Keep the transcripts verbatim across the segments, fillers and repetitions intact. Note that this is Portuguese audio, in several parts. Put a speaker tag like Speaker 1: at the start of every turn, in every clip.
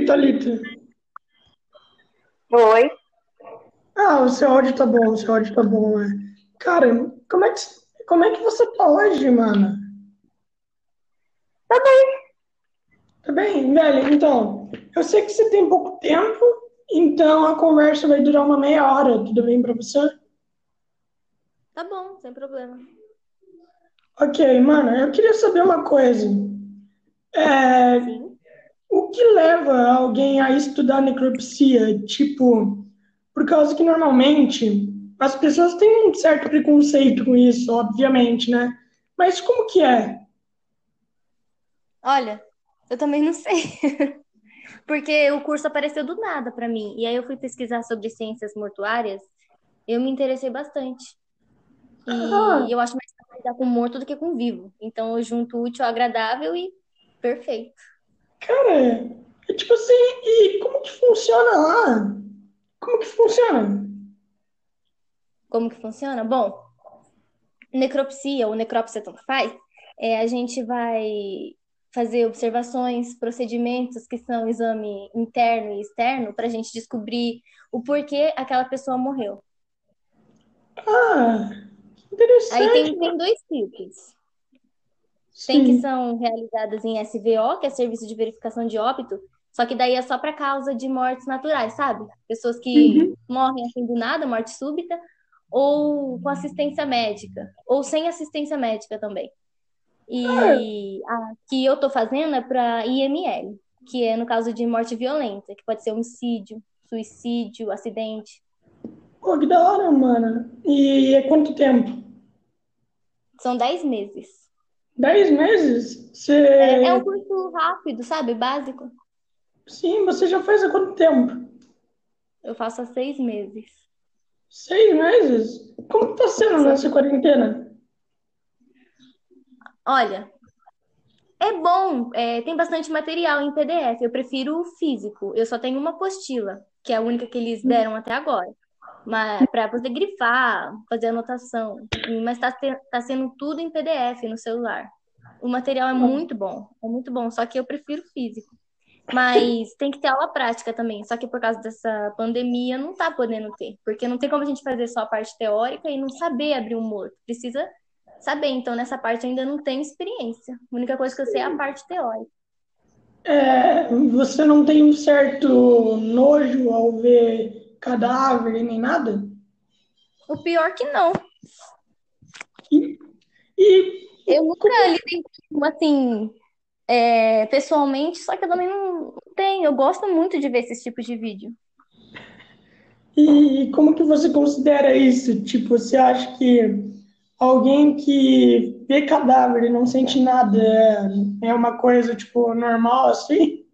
Speaker 1: Oi, Thalita.
Speaker 2: Oi,
Speaker 1: Ah, o seu áudio tá bom, o seu áudio tá bom, é. Cara, como é que, como é que você tá hoje, mano?
Speaker 2: tá bem,
Speaker 1: Tá bem, velho? Então, eu sei que você tem pouco tempo, então a conversa vai durar uma meia hora, tudo bem pra você?
Speaker 2: tá bom, sem problema.
Speaker 1: Ok, mano, eu queria saber uma coisa. É,
Speaker 2: Sim.
Speaker 1: o que leva alguém a estudar necropsia? Tipo, por causa que normalmente as pessoas têm um certo preconceito com isso, obviamente, né? Mas como que é?
Speaker 2: Olha, eu também não sei, porque o curso apareceu do nada pra mim. E aí eu fui pesquisar sobre ciências mortuárias, eu me interessei bastante.
Speaker 1: Ah,
Speaker 2: E eu acho mais fácil lidar com morto do que com vivo. Então eu junto o útil ao agradável e perfeito.
Speaker 1: cara, é tipo assim, e como que funciona lá? Como que funciona?
Speaker 2: Como que funciona? Bom, necropsia ou necrópsia tanto faz, é, a gente vai fazer observações, procedimentos que são exame interno e externo para a gente descobrir o porquê aquela pessoa morreu.
Speaker 1: Ah, que
Speaker 2: Aí
Speaker 1: interessante,
Speaker 2: tem,
Speaker 1: mano.
Speaker 2: tem dois tipos. Tem que
Speaker 1: Sim.
Speaker 2: são realizadas em S V O, que é Serviço de Verificação de Óbito, só que daí é só para causa de mortes naturais, sabe? Pessoas que
Speaker 1: Uhum.
Speaker 2: morrem assim do nada, morte súbita, ou com assistência médica, ou sem assistência médica também.
Speaker 1: Ah,
Speaker 2: E a que eu tô fazendo é para I M L, que é no caso de morte violenta, que pode ser homicídio, suicídio, acidente.
Speaker 1: pô, que da hora, mano. E é quanto tempo?
Speaker 2: São dez meses.
Speaker 1: Dez meses?
Speaker 2: É, é um
Speaker 1: Você...
Speaker 2: curso rápido, sabe? Básico.
Speaker 1: Sim, você já faz há quanto tempo?
Speaker 2: Eu faço há seis meses.
Speaker 1: Seis meses? Como que tá sendo
Speaker 2: Sim.
Speaker 1: nessa quarentena?
Speaker 2: Olha, é bom, é, tem bastante material em P D F. Eu prefiro o físico. Eu só tenho uma apostila, que é a única que eles deram até agora. Mas para poder grifar, fazer anotação. E- Mas está tá sendo tudo em P D F no celular. O material é muito bom, é muito bom, só que eu prefiro físico. Mas tem que ter aula prática também. Só que por causa dessa pandemia não tá podendo ter. Porque não tem como a gente fazer só a parte teórica e não saber abrir um morto. Precisa saber. Então, nessa parte eu ainda não tenho experiência. A única coisa que eu sei é a parte teórica.
Speaker 1: É, você não tem um certo nojo ao ver cadáver nem nada?
Speaker 2: O pior que não.
Speaker 1: E, e
Speaker 2: Eu nunca
Speaker 1: como,
Speaker 2: lidei com, assim, é, pessoalmente, só que eu também não, não tenho. Eu gosto muito de ver esses tipos de vídeo.
Speaker 1: e como que você considera isso? Tipo, você acha que alguém que vê cadáver e não sente nada é, é uma coisa, tipo, normal assim?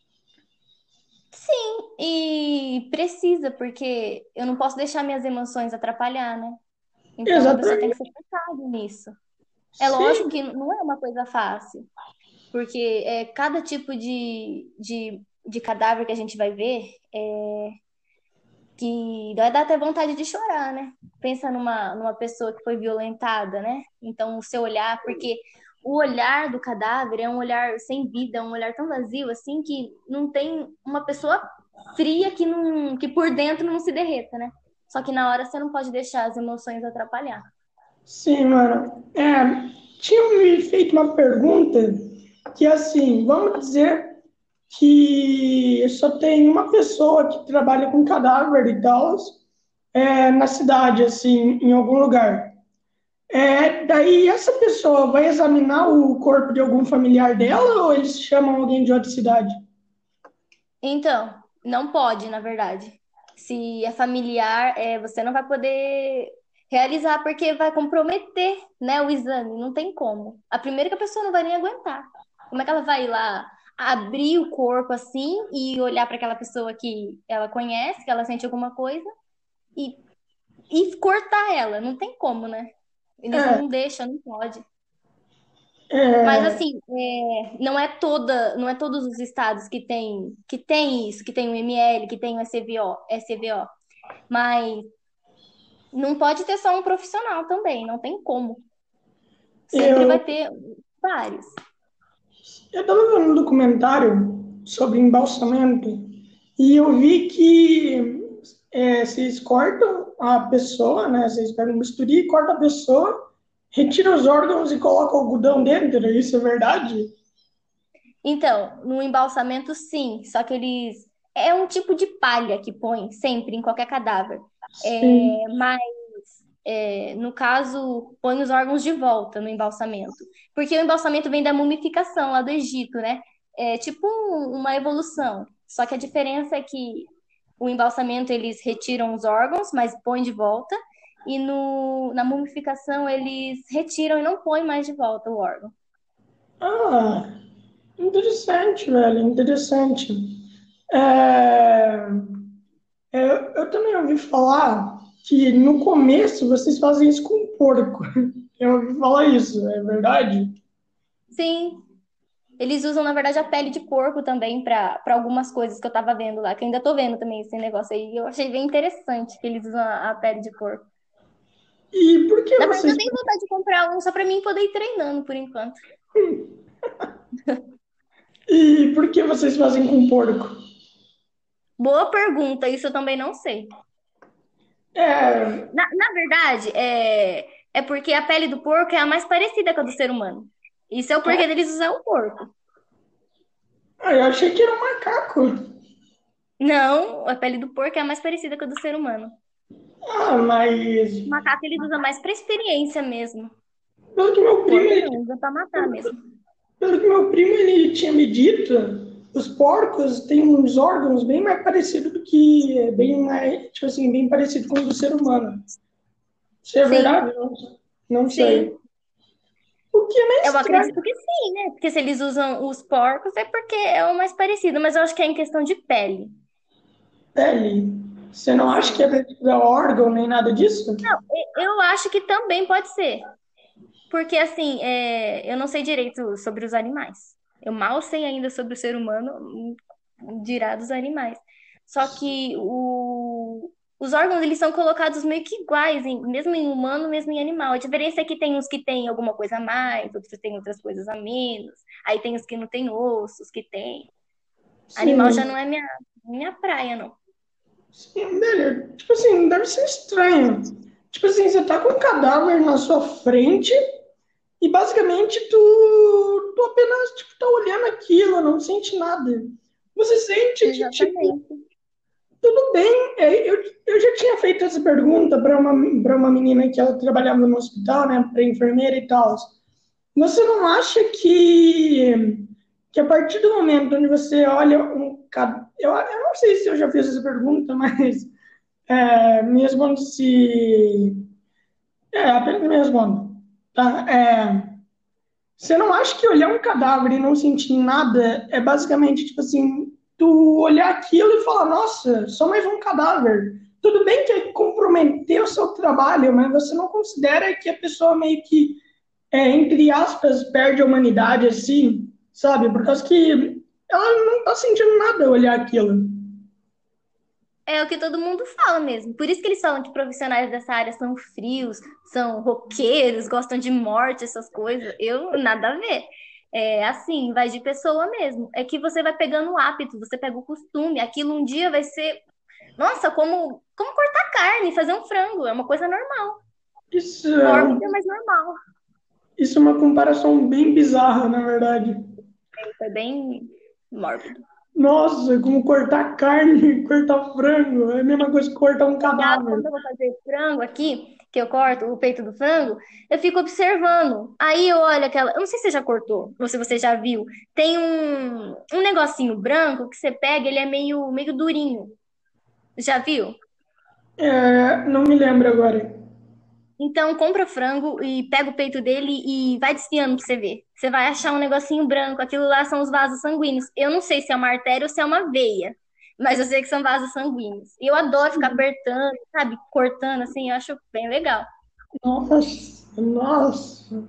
Speaker 2: Sim, e precisa, porque eu não posso deixar minhas emoções atrapalhar, né? Então a pessoa tem que
Speaker 1: Exatamente.
Speaker 2: ser focada nisso. É lógico
Speaker 1: Sim,
Speaker 2: que não é uma coisa fácil, porque é, cada tipo de, de, de cadáver que a gente vai ver é, que dá dá até vontade de chorar, né? Pensa numa, numa pessoa que foi violentada, né? Então o seu olhar, porque o olhar do cadáver é um olhar sem vida, é um olhar tão vazio assim que não tem uma pessoa fria que, não, que por dentro não se derreta, né? Só que na hora você não pode deixar as emoções atrapalhar.
Speaker 1: sim, mano. É, tinha me feito uma pergunta que, assim, vamos dizer que só tem uma pessoa que trabalha com cadáver e tal, é, na cidade, assim, em algum lugar. É, daí essa pessoa vai examinar o corpo de algum familiar dela ou eles chamam alguém de outra cidade?
Speaker 2: Então, não pode, na verdade. Se é familiar, é, você não vai poder realizar porque vai comprometer, né, o exame. Não tem como. A primeira que a pessoa não vai nem aguentar. Como é que ela vai ir lá abrir o corpo assim e olhar para aquela pessoa que ela conhece, que ela sente alguma coisa e, e cortar ela? Não tem como, né? Eles
Speaker 1: É,
Speaker 2: não deixam, não pode. Mas
Speaker 1: é,
Speaker 2: assim, é, não é toda, não é todos os estados que tem, que tem isso, que tem o M L, que tem o S V O, S V O. Mas não pode ter só um profissional também, não tem como. Sempre
Speaker 1: eu
Speaker 2: vai ter vários.
Speaker 1: eu estava vendo um documentário sobre embalsamento e eu vi que é, vocês cortam a pessoa, né? Vocês pegam um bisturi, cortam a pessoa, retiram os órgãos e colocam algodão dentro. Isso é verdade?
Speaker 2: Então, no embalsamento, sim, só que eles. É um tipo de palha que põe sempre em qualquer cadáver.
Speaker 1: Sim.
Speaker 2: É, mas, é, no caso, põe os órgãos de volta no embalsamento. Porque o embalsamento vem da mumificação lá do Egito, né? É tipo um- uma evolução. Só que a diferença é que o embalsamento eles retiram os órgãos, mas põem de volta. E no, na mumificação eles retiram e não põem mais de volta o órgão.
Speaker 1: Ah, interessante, velho, interessante. É, é, eu também ouvi falar que no começo vocês fazem isso com porco. Eu ouvi falar isso, é verdade?
Speaker 2: Sim, eles usam, na verdade, a pele de porco também para para algumas coisas que eu tava vendo lá, que eu ainda tô vendo também esse negócio aí. Eu achei bem interessante que eles usam a, a pele de porco.
Speaker 1: E por que
Speaker 2: Na verdade,
Speaker 1: vocês.
Speaker 2: eu tenho vontade de comprar um só pra mim poder ir treinando por enquanto.
Speaker 1: E por que vocês fazem com porco?
Speaker 2: Boa pergunta, isso eu também não sei.
Speaker 1: É,
Speaker 2: Na, na verdade, é, é porque a pele do porco é a mais parecida com a do ser humano. Isso é o porquê deles usar o porco.
Speaker 1: ah, eu achei que era um macaco.
Speaker 2: Não, a pele do porco é a mais parecida com a do ser humano.
Speaker 1: Ah, mas
Speaker 2: O macaco eles usam mais pra experiência mesmo.
Speaker 1: pelo que meu
Speaker 2: O
Speaker 1: primo,
Speaker 2: porco
Speaker 1: ele,
Speaker 2: não, usa pra matar mesmo.
Speaker 1: pelo que meu primo ele tinha me dito, os porcos têm uns órgãos bem mais parecidos do que bem mais, tipo assim, bem parecido com o do ser humano. Isso é
Speaker 2: Sim,
Speaker 1: verdade? Não, não sei.
Speaker 2: sim.
Speaker 1: O que é meio
Speaker 2: Eu
Speaker 1: estranho,
Speaker 2: acredito que sim, né? Porque se eles usam os porcos é porque é o mais parecido, mas eu acho que é em questão de pele.
Speaker 1: pele. Você não acha que é
Speaker 2: Sim.
Speaker 1: parecido a órgão nem nada disso?
Speaker 2: Não, e- eu acho que também pode ser. Porque, assim, é, eu não sei direito sobre os animais. Eu mal sei ainda sobre o ser humano, hum, dirá dos animais. Só que o- os órgãos, eles são colocados meio que iguais, em- mesmo em humano, mesmo em animal. A diferença é que tem uns que têm alguma coisa a mais, outros têm outras coisas a menos. Aí tem os que não têm ossos, que tem. Animal já
Speaker 1: Sim,
Speaker 2: não é minha, minha praia, não.
Speaker 1: sim, velho. Tipo assim, deve ser estranho. Tipo assim, você tá com um cadáver na sua frente. E basicamente tu, tu apenas tipo, tá olhando aquilo, não sente nada. Você sente que, tipo,
Speaker 2: Exatamente.
Speaker 1: tudo bem. É, Eu, eu já tinha feito essa pergunta para uma, para uma menina que ela trabalhava no hospital, né, para enfermeira e tal. Você não acha que, que a partir do momento onde você olha um cadáver. Eu, eu não sei se eu já fiz essa pergunta, mas é, me responde se. É, apenas me responda. Tá? É, você não acha que olhar um cadáver e não sentir nada é basicamente tipo assim, tu olhar aquilo e falar, nossa, só mais um cadáver. Tudo bem que comprometer o seu trabalho, mas você não considera que a pessoa meio que, é, entre aspas, perde a humanidade assim, sabe? Por causa que ela não tá sentindo nada ao olhar aquilo.
Speaker 2: É o que todo mundo fala mesmo. Por isso que eles falam que profissionais dessa área são frios, são roqueiros, gostam de morte, essas coisas. Eu, nada a ver. É assim, vai de pessoa mesmo. É que você vai pegando o hábito, você pega o costume. Aquilo um dia vai ser, nossa, como, como cortar carne, fazer um frango. É uma coisa normal.
Speaker 1: Isso, é um-
Speaker 2: Mórbida, mas normal.
Speaker 1: isso é uma comparação bem bizarra, na verdade.
Speaker 2: Foi bem mórbido.
Speaker 1: Nossa, como cortar carne, cortar frango, é a mesma coisa que cortar um
Speaker 2: Cuidado,
Speaker 1: cadáver.
Speaker 2: quando eu vou fazer frango aqui, que eu corto o peito do frango, eu fico observando. Aí eu olho aquela. Eu não sei se você já cortou, ou se você já viu. Tem um, um negocinho branco que você pega, ele é meio, meio durinho. Já viu?
Speaker 1: É, não me lembro agora.
Speaker 2: Então compra frango e pega o peito dele e vai desfiando pra você ver. Você vai achar um negocinho branco. Aquilo lá são os vasos sanguíneos. Eu não sei se é uma artéria ou se é uma veia. Mas eu sei que são vasos sanguíneos. E eu adoro ficar apertando, sabe? Cortando, assim, eu acho bem legal.
Speaker 1: Nossa, nossa.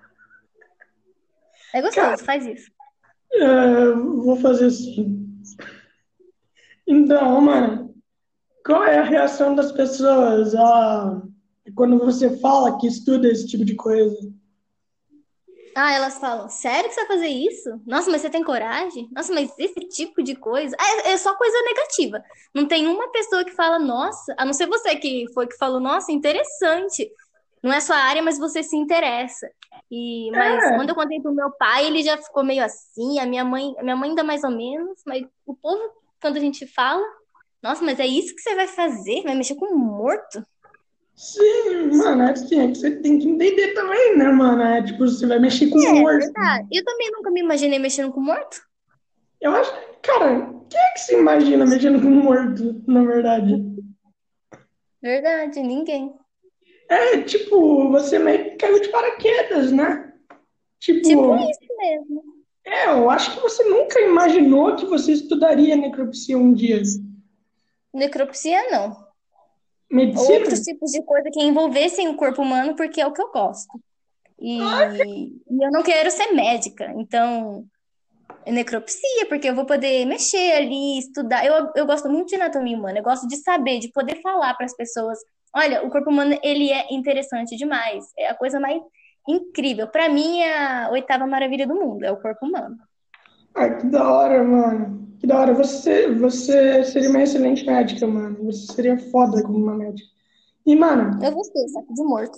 Speaker 2: É
Speaker 1: Cara,
Speaker 2: gostoso, faz isso.
Speaker 1: é, vou fazer assim. Então, mano, qual é a reação das pessoas a, quando você fala que estuda esse tipo de coisa?
Speaker 2: Ah, elas falam, sério que você vai fazer isso? Nossa, mas você tem coragem? Nossa, mas esse tipo de coisa. Ah, é, é só coisa negativa. Não tem uma pessoa que fala, nossa, a não ser você que foi que falou, nossa, interessante. Não é sua área, mas você se interessa. E, mas quando eu
Speaker 1: É,
Speaker 2: contei pro meu pai, ele já ficou meio assim, a minha mãe, a minha mãe ainda mais ou menos, mas o povo, quando a gente fala, nossa, mas é isso que você vai fazer? Vai mexer com um morto?
Speaker 1: sim, mano, é assim, é que você tem que entender também, né, mano? É tipo, você vai mexer com
Speaker 2: É
Speaker 1: morto.
Speaker 2: verdade. Eu também nunca me imaginei mexendo com morto.
Speaker 1: Eu acho, cara, quem é que se imagina mexendo com morto, na verdade?
Speaker 2: Verdade, ninguém.
Speaker 1: É, tipo, você meio que caiu de paraquedas, né?
Speaker 2: Tipo
Speaker 1: Tipo,
Speaker 2: isso mesmo.
Speaker 1: é, eu acho que você nunca imaginou que você estudaria necropsia um dia.
Speaker 2: Necropsia, não.
Speaker 1: Medicina?
Speaker 2: Outros tipos de coisa que envolvessem o corpo humano, porque é o que eu gosto. E, e eu não quero ser médica, então, é necropsia, porque eu vou poder mexer ali, estudar. Eu, eu gosto muito de anatomia humana, eu gosto de saber, de poder falar para as pessoas: olha, o corpo humano, ele é interessante demais, é a coisa mais incrível. Para mim, é a oitava maravilha do mundo, é o corpo humano.
Speaker 1: Ah, que da hora, mano. Que da hora. Você, você seria uma excelente médica, mano. Você seria foda como uma médica. E,
Speaker 2: Eu
Speaker 1: mano,
Speaker 2: vou ser, saco de morto.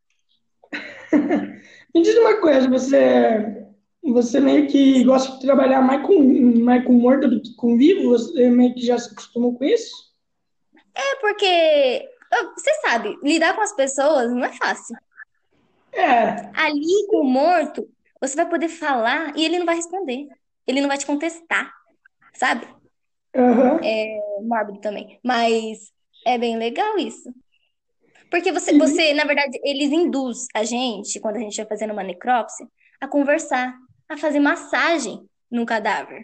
Speaker 1: me diz uma coisa, você, você meio que gosta de trabalhar mais com, mais com morto do que com vivo? Você meio que já se acostumou com isso?
Speaker 2: É porque, ó, você sabe, lidar com as pessoas não é fácil.
Speaker 1: É.
Speaker 2: Ali com o morto, você vai poder falar e ele não vai responder. Ele não vai te contestar, sabe?
Speaker 1: Aham.
Speaker 2: É mórbido também. Mas é bem legal isso. Porque você,
Speaker 1: E-
Speaker 2: você, na verdade, eles induz a gente, quando a gente vai fazendo uma necrópsia, a conversar, a fazer massagem no cadáver.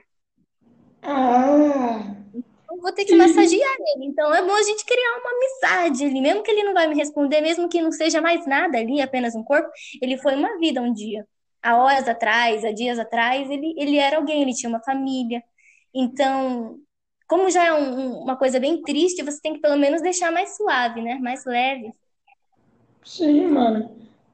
Speaker 1: Ah.
Speaker 2: Eu vou ter que
Speaker 1: E,
Speaker 2: massagear ele. Então é bom a gente criar uma amizade ali. Mesmo que ele não vai me responder, mesmo que não seja mais nada ali, apenas um corpo, ele foi uma vida um dia. Há horas atrás, há dias atrás, ele, ele era alguém, ele tinha uma família. Então, como já é um- um- uma coisa bem triste, você tem que pelo menos deixar mais suave, né? Mais leve.
Speaker 1: sim, mano.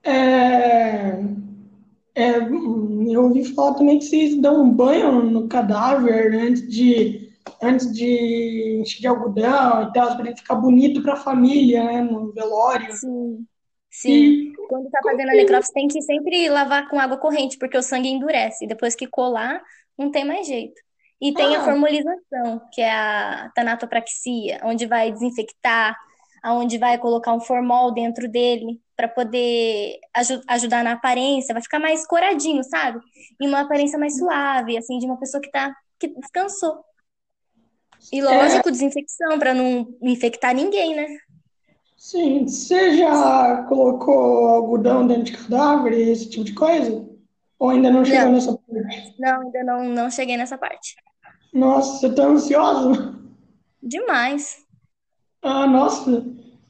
Speaker 1: É, é, hum, eu ouvi falar também que vocês dão um banho no cadáver, né, antes de, antes de encher de algodão e tal, para ele ficar bonito para a família, né, no velório.
Speaker 2: Sim, sim.
Speaker 1: E
Speaker 2: Quando tá
Speaker 1: como
Speaker 2: fazendo a
Speaker 1: que
Speaker 2: necrópsia, tem que sempre lavar com água corrente, porque o sangue endurece. Depois que colar, não tem mais jeito. E tem a
Speaker 1: ah,
Speaker 2: formolização, que é a tanatopraxia, onde vai desinfectar, aonde vai colocar um formol dentro dele para poder aju- ajudar na aparência, vai ficar mais coradinho, sabe? E uma aparência mais suave, assim, de uma pessoa que tá que descansou. E
Speaker 1: é,
Speaker 2: lógico, desinfecção para não infectar ninguém, né?
Speaker 1: sim, você já colocou algodão dentro de cadáver e esse tipo de coisa? Ou ainda não chegou
Speaker 2: Não,
Speaker 1: nessa parte?
Speaker 2: não, ainda não, não cheguei nessa parte.
Speaker 1: Nossa, você tá ansiosa?
Speaker 2: Demais.
Speaker 1: Ah, nossa.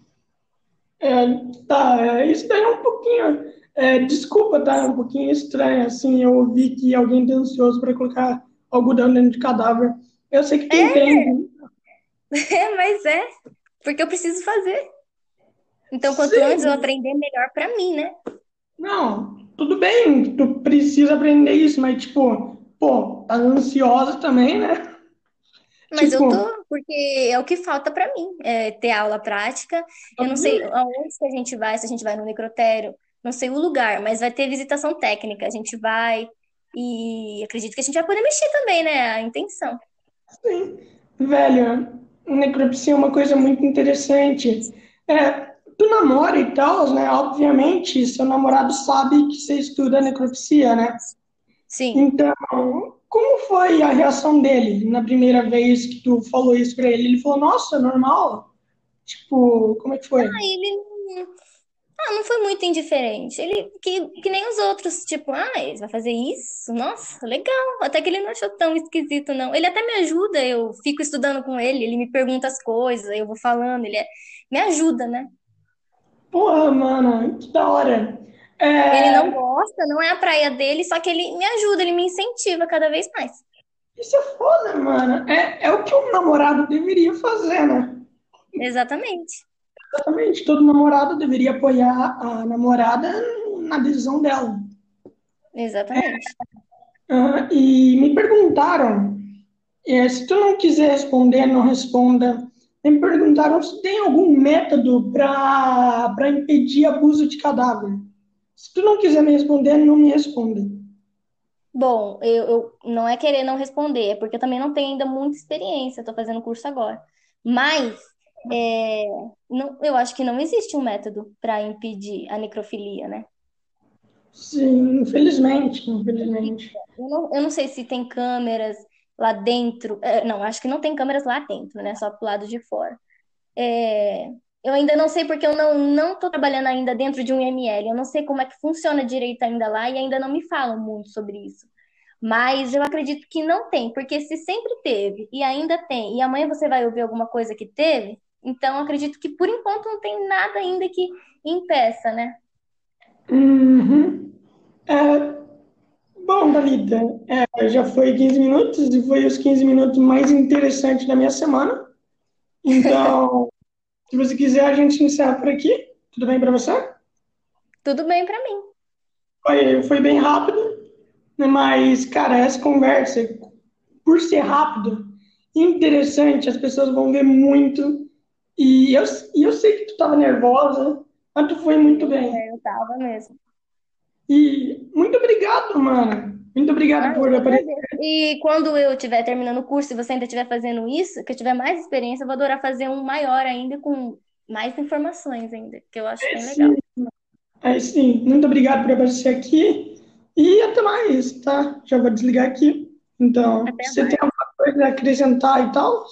Speaker 1: É, tá, é, isso daí é um pouquinho. É, desculpa, tá? É um pouquinho estranho, assim. Eu ouvi que alguém tá ansioso para colocar algodão dentro de cadáver. Eu sei que quem
Speaker 2: É,
Speaker 1: tem.
Speaker 2: é, mas é, porque eu preciso fazer. Então, quanto antes eu
Speaker 1: Sim,
Speaker 2: aprender, melhor pra mim, né?
Speaker 1: não, tudo bem, tu precisa aprender isso, mas, tipo, pô, tá ansiosa também, né?
Speaker 2: Mas eu tô,
Speaker 1: Tipo,
Speaker 2: porque é o que falta pra mim, é ter aula prática. Eu não sei
Speaker 1: obviamente,
Speaker 2: aonde que a gente vai, se a gente vai no necrotério, não sei o lugar, mas vai ter visitação técnica. A gente vai e acredito que a gente vai poder mexer também, né? A intenção.
Speaker 1: sim. Velho, necropsia é uma coisa muito interessante. É, tu namora e tal, né? Obviamente, seu namorado sabe que você estuda necropsia, né?
Speaker 2: Sim.
Speaker 1: Então, como foi a reação dele na primeira vez que tu falou isso pra ele? Ele falou, nossa, normal? Tipo, como é que foi?
Speaker 2: Aí ele não, ah, não foi muito indiferente. Ele, que, que nem os outros, tipo, ah, ele vai fazer isso? Nossa, legal. Até que ele não achou tão esquisito, não. Ele até me ajuda, eu fico estudando com ele, ele me pergunta as coisas, eu vou falando, ele é- me ajuda, né?
Speaker 1: Porra, mano, que da hora.
Speaker 2: Ele não
Speaker 1: É,
Speaker 2: gosta, não é a praia dele, só que ele me ajuda, ele me incentiva cada vez mais.
Speaker 1: isso é foda, mano. É, é o que um namorado deveria fazer, né?
Speaker 2: Exatamente.
Speaker 1: Exatamente, todo namorado deveria apoiar a namorada na decisão dela.
Speaker 2: Exatamente.
Speaker 1: Ah, e me perguntaram, eh, se tu não quiser responder, não responda. Me perguntaram se tem algum método para para impedir abuso de cadáver. Se tu não quiser me responder, não me responda.
Speaker 2: Bom, eu, eu não é querer não responder, é porque eu também não tenho ainda muita experiência, estou fazendo curso agora. Mas é, não, eu acho que não existe um método para impedir a necrofilia, né?
Speaker 1: Sim, infelizmente, infelizmente.
Speaker 2: Eu não, eu não sei se tem câmeras lá dentro. É, não, acho que não tem câmeras lá dentro, né? Só pro lado de fora. É, eu ainda não sei porque eu não não estou trabalhando ainda dentro de um I M L. Eu não sei como é que funciona direito ainda lá e ainda não me falam muito sobre isso. Mas eu acredito que não tem, porque se sempre teve e ainda tem, e amanhã você vai ouvir alguma coisa que teve, então eu acredito que por enquanto não tem nada ainda que impeça, né?
Speaker 1: Uhum. É, bom, Dalida, é, já foi quinze minutos e foi os quinze minutos mais interessantes da minha semana. Então, se você quiser, a gente encerra por aqui. Tudo bem para você?
Speaker 2: Tudo bem pra mim.
Speaker 1: Foi, foi bem rápido, né? Mas, cara, essa conversa, por ser rápido, interessante, as pessoas vão ver muito. E eu, e eu sei que tu estava nervosa, mas tu foi muito bem.
Speaker 2: É, eu tava mesmo.
Speaker 1: E muito obrigado, mano. Muito
Speaker 2: Ah,
Speaker 1: obrigado
Speaker 2: eu
Speaker 1: por
Speaker 2: que
Speaker 1: aparecer.
Speaker 2: agradeço. E quando eu estiver terminando o curso, se você ainda estiver fazendo isso, que eu tiver mais experiência, eu vou adorar fazer um maior ainda, com mais informações ainda, que eu acho bem legal.
Speaker 1: Sim, aí sim, muito obrigado por aparecer aqui. E até mais, tá? Já vou desligar aqui. Então,
Speaker 2: Até
Speaker 1: você tem
Speaker 2: mais.
Speaker 1: alguma coisa a acrescentar e tal?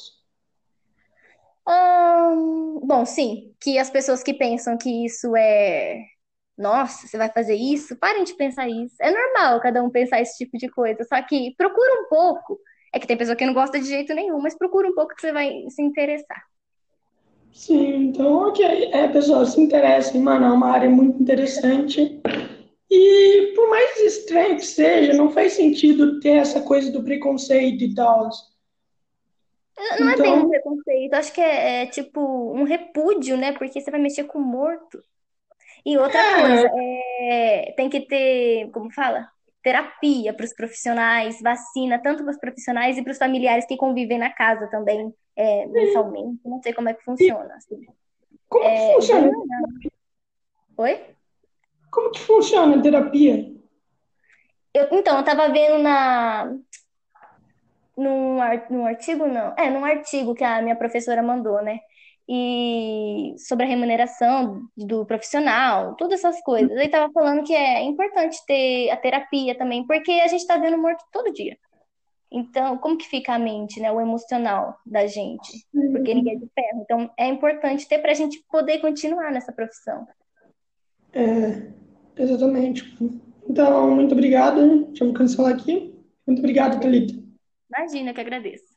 Speaker 2: Ahn, bom, sim, que as pessoas que pensam que isso é. Nossa, você vai fazer isso? Parem de pensar isso. É normal cada um pensar esse tipo de coisa, só que procura um pouco. É que tem pessoa que não gosta de jeito nenhum, mas procura um pouco que você vai se interessar.
Speaker 1: Sim, então, ok. É, pessoal, se interessem, mano, é uma área muito interessante. E por mais estranho que seja, não faz sentido ter essa coisa do preconceito e tal.
Speaker 2: Não é bem um
Speaker 1: Então,
Speaker 2: preconceito, acho que é, é tipo um repúdio, né? Porque você vai mexer com morto. E outra coisa,
Speaker 1: é,
Speaker 2: é, tem que ter, como fala? Terapia para os profissionais, vacina tanto para os profissionais e para os familiares que convivem na casa também, é, mensalmente. Não sei como é que
Speaker 1: e
Speaker 2: funciona. Assim.
Speaker 1: como que
Speaker 2: É bem
Speaker 1: funciona?
Speaker 2: legal. Oi?
Speaker 1: Como que funciona a terapia?
Speaker 2: Eu, então, eu tava vendo na, num, ar- num artigo, não. É, num artigo que a minha professora mandou, né? E sobre a remuneração do profissional, todas essas coisas. Ele tava falando que é importante ter a terapia também, porque a gente tá vendo morto todo dia. Então, como que fica a mente, né? O emocional da gente? Porque ninguém é de ferro. Então, é importante ter pra gente poder continuar nessa profissão.
Speaker 1: É, exatamente. Então, muito obrigado. Deixa eu cancelar aqui. Muito obrigado, Thalita.
Speaker 2: Imagina que agradeço.